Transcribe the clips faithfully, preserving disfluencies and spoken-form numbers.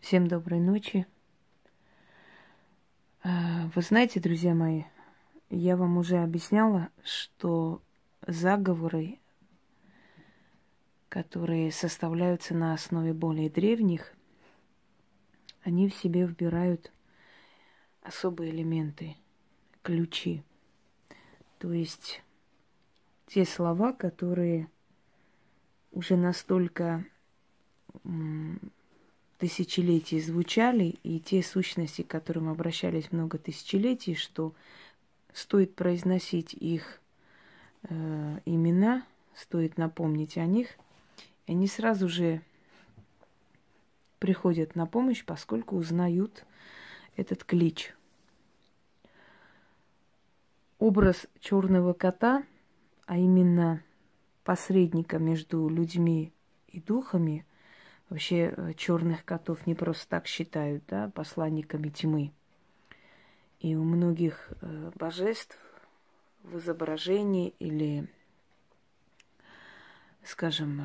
Всем доброй ночи. А, Вы знаете, друзья мои, я вам уже объясняла, что заговоры, которые составляются на основе более древних, они в себе вбирают особые элементы, ключи. То есть те слова, которые уже настолько м, тысячелетий звучали, и те сущности, к которым обращались много тысячелетий, что стоит произносить их э, имена, стоит напомнить о них, и они сразу же приходят на помощь, поскольку узнают этот клич. Образ черного кота, а именно посредника между людьми и духами, вообще черных котов не просто так считают, да, посланниками тьмы. И у многих э, божеств в изображении или, скажем,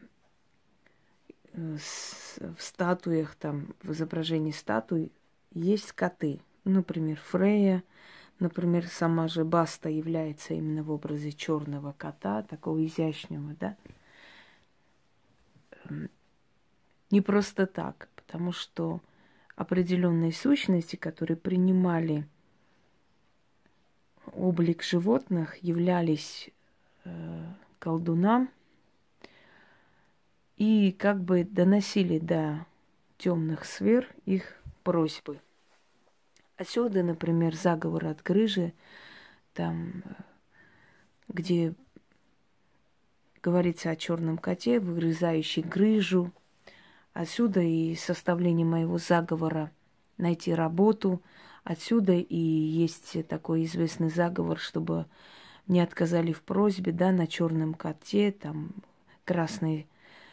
э, с, в статуях, там, в изображении статуй есть коты. Например, Фрея, например, сама же Баста является именно в образе черного кота, такого изящного, да. Не просто так, потому что определенные сущности, которые принимали облик животных, являлись э, колдунам и как бы доносили до темных сфер их просьбы. Отсюда, например, заговор от грыжи, там, где говорится о черном коте, выгрызающий грыжу. Отсюда и составление моего заговора найти работу. Отсюда и есть такой известный заговор, чтобы не отказали в просьбе, да, на черном коте, там, красной,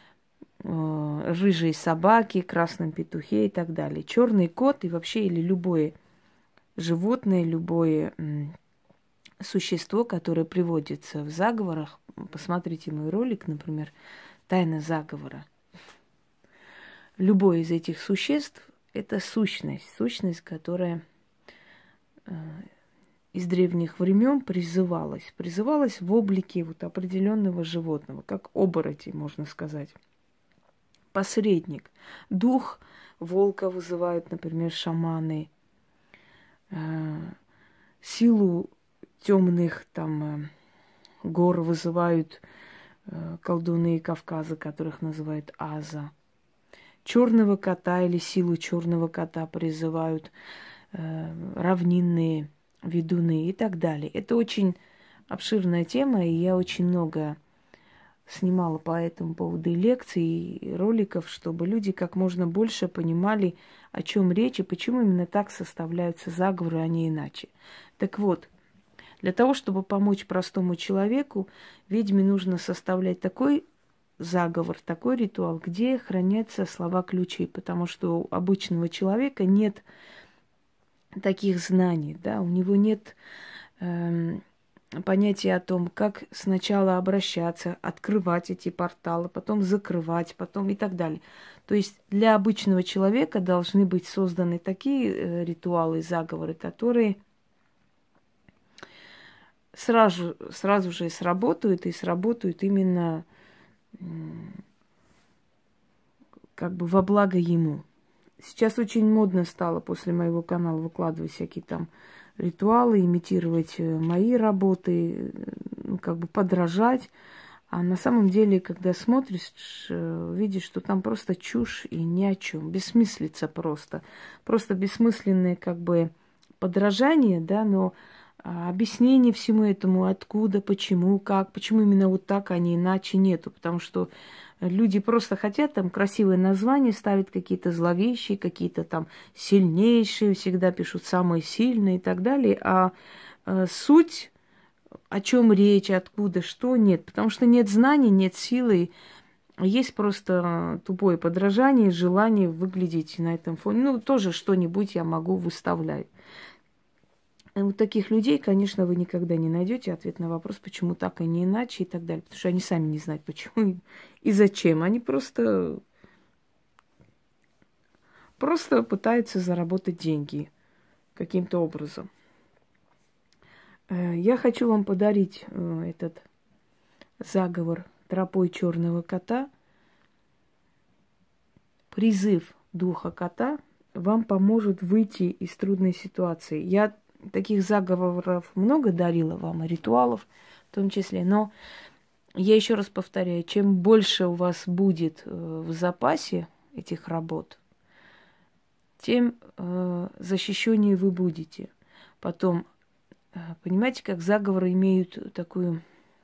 э, рыжей собаке, красном петухе и так далее. Черный кот и вообще или любое животное, любое м, существо, которое приводится в заговорах. Посмотрите мой ролик, например, «Тайна заговора». Любое из этих существ – это сущность, сущность, которая э, из древних времен призывалась, призывалась в облике вот определенного животного, как оборотень, можно сказать. Посредник. Дух волка вызывают, например, шаманы. Э, силу темных там э, гор вызывают э, колдуны Кавказа, которых называют Аза. Черного кота или силу черного кота призывают э, равнинные ведуны и так далее. Это очень обширная тема, и я очень много снимала по этому поводу и лекций, и роликов, чтобы люди как можно больше понимали, о чем речь и почему именно так составляются заговоры, а не иначе. Так вот, для того, чтобы помочь простому человеку, ведьме нужно составлять такой заговор, такой ритуал, где хранятся слова-ключи, потому что у обычного человека нет таких знаний, да, у него нет эм, понятия о том, как сначала обращаться, открывать эти порталы, потом закрывать, потом и так далее. То есть для обычного человека должны быть созданы такие э, ритуалы, заговоры, которые сразу, сразу же сработают и сработают именно как бы во благо ему. Сейчас очень модно стало после моего канала выкладывать всякие там ритуалы, имитировать мои работы, ну, как бы подражать. А на самом деле, когда смотришь, видишь, что там просто чушь и ни о чем, бессмыслица просто. Просто бессмысленное как бы подражание, да, но а, объяснение всему этому, откуда, почему, как, почему именно вот так, а не иначе нету. Потому что люди просто хотят там красивые названия, ставят какие-то зловещие, какие-то там сильнейшие, всегда пишут самые сильные и так далее. А, а суть, о чем речь, откуда, что, нет. Потому что нет знаний, нет силы. Есть просто тупое подражание, желание выглядеть на этом фоне. Ну, тоже что-нибудь я могу выставлять. Вот таких людей, конечно, вы никогда не найдете ответ на вопрос, почему так, и не иначе, и так далее. Потому что они сами не знают, почему и зачем. Они просто просто пытается заработать деньги каким-то образом. Я хочу вам подарить этот заговор тропой черного кота. Призыв духа кота вам поможет выйти из трудной ситуации. Я таких заговоров много дарила вам, ритуалов в том числе, но я еще раз повторяю, чем больше у вас будет в запасе этих работ, тем э, защищеннее вы будете. Потом, э, понимаете, как заговоры имеют такую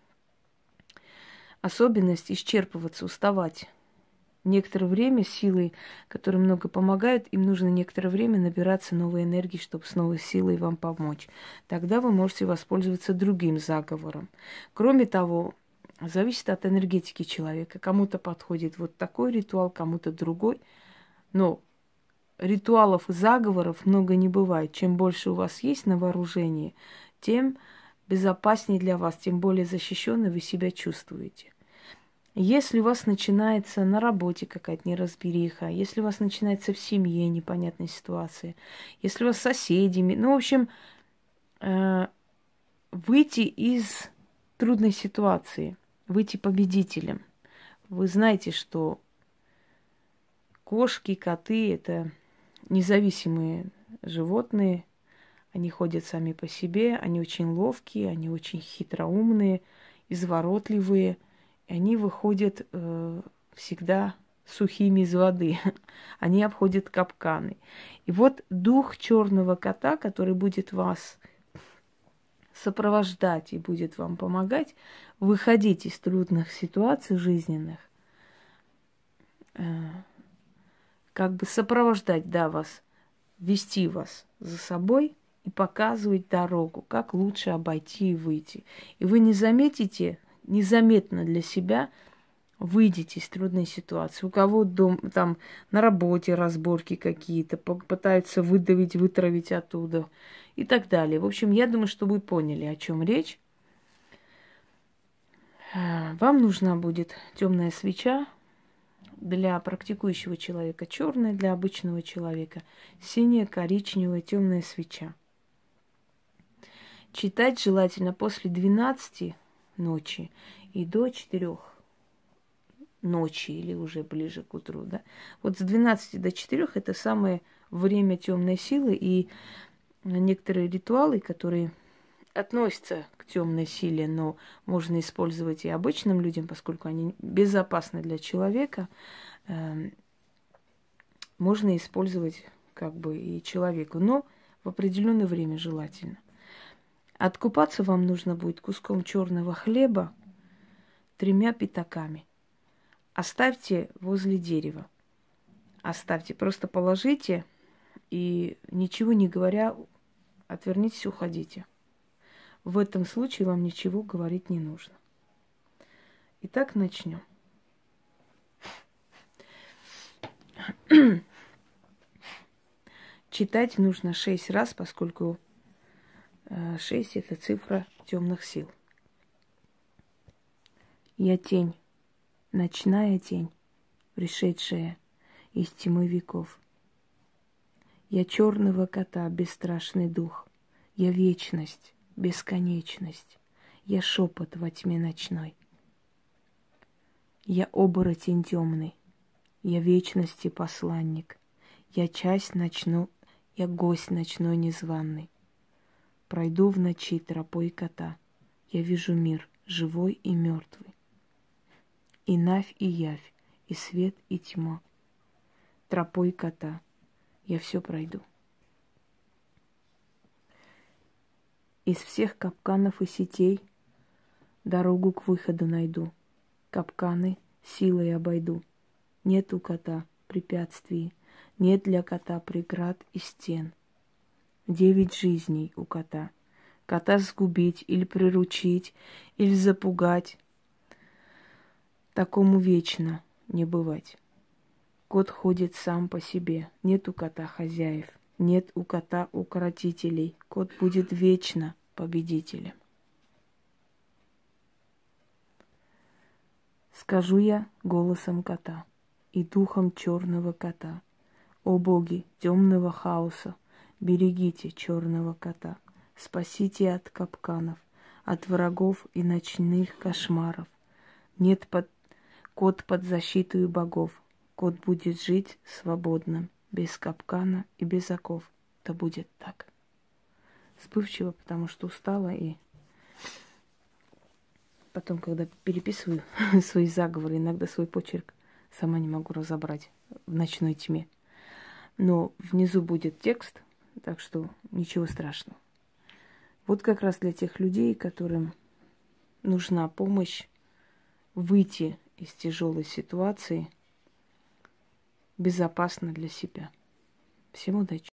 особенность исчерпываться, уставать. Некоторое время силы, которые много помогают, им нужно некоторое время набираться новой энергии, чтобы с новой силой вам помочь. Тогда вы можете воспользоваться другим заговором. Кроме того, зависит от энергетики человека. Кому-то подходит вот такой ритуал, кому-то другой. Но ритуалов и заговоров много не бывает. Чем больше у вас есть на вооружении, тем безопаснее для вас, тем более защищенно вы себя чувствуете. Если у вас начинается на работе какая-то неразбериха, если у вас начинается в семье непонятная ситуация, если у вас с соседями, ну, в общем, э, выйти из трудной ситуации, выйти победителем. Вы знаете, что кошки, коты – это независимые животные, они ходят сами по себе, они очень ловкие, они очень хитроумные, изворотливые, и они выходят э, всегда сухими из воды, они обходят капканы. И вот дух черного кота, который будет вас сопровождать и будет вам помогать выходить из трудных ситуаций жизненных, э, как бы сопровождать, да, вас, вести вас за собой и показывать дорогу, как лучше обойти и выйти. И вы не заметите, незаметно для себя выйдете из трудной ситуации. У кого дом, там на работе разборки какие-то, пытаются выдавить, вытравить оттуда и так далее. В общем, я думаю, что вы поняли, о чем речь. Вам нужна будет темная свеча. Для практикующего человека черная, для обычного человека синяя, коричневая, темная свеча. Читать желательно после двенадцати ночи и до четырёх ночи или уже ближе к утру. Да? Вот с двенадцати до четырёх это самое время темной силы, и некоторые ритуалы, которые относятся к темной силе, но можно использовать и обычным людям, поскольку они безопасны для человека, э, можно использовать как бы и человеку, но в определенное время желательно. Откупаться вам нужно будет куском черного хлеба, тремя пятаками. Оставьте возле дерева. Оставьте, просто положите и, ничего не говоря, отвернитесь, уходите. В этом случае вам ничего говорить не нужно. Итак, начнем. Читать нужно шесть раз, поскольку шесть – это цифра темных сил. Я тень, ночная тень, пришедшая из тьмы веков. Я черного кота, бесстрашный дух. Я вечность, бесконечность. Я шепот во тьме ночной. Я оборотень темный. Я вечности посланник. Я часть ночну, я гость ночной незваный. Пройду в ночи тропой кота. Я вижу мир, живой и мертвый. И навь, и явь, и свет, и тьма. Тропой кота я все пройду. Из всех капканов и сетей дорогу к выходу найду. Капканы силой обойду. Нет у кота препятствий, нет для кота преград и стен. Девять жизней у кота. Кота сгубить или приручить, или запугать. Такому вечно не бывать. Кот ходит сам по себе. Нет у кота хозяев. Нет у кота укротителей. Кот будет вечно победителем. Скажу я голосом кота и духом черного кота. О боги темного хаоса, берегите черного кота, спасите от капканов, от врагов и ночных кошмаров. Нет под... Кот под защитой богов, кот будет жить свободно, без капкана и без оков. Да будет так. Сбывчиво, потому что устала, и потом, когда переписываю свои заговоры, иногда свой почерк сама не могу разобрать в ночной тьме. Но внизу будет текст, так что ничего страшного. Вот как раз для тех людей, которым нужна помощь выйти из тяжелой ситуации безопасно для себя. Всем удачи!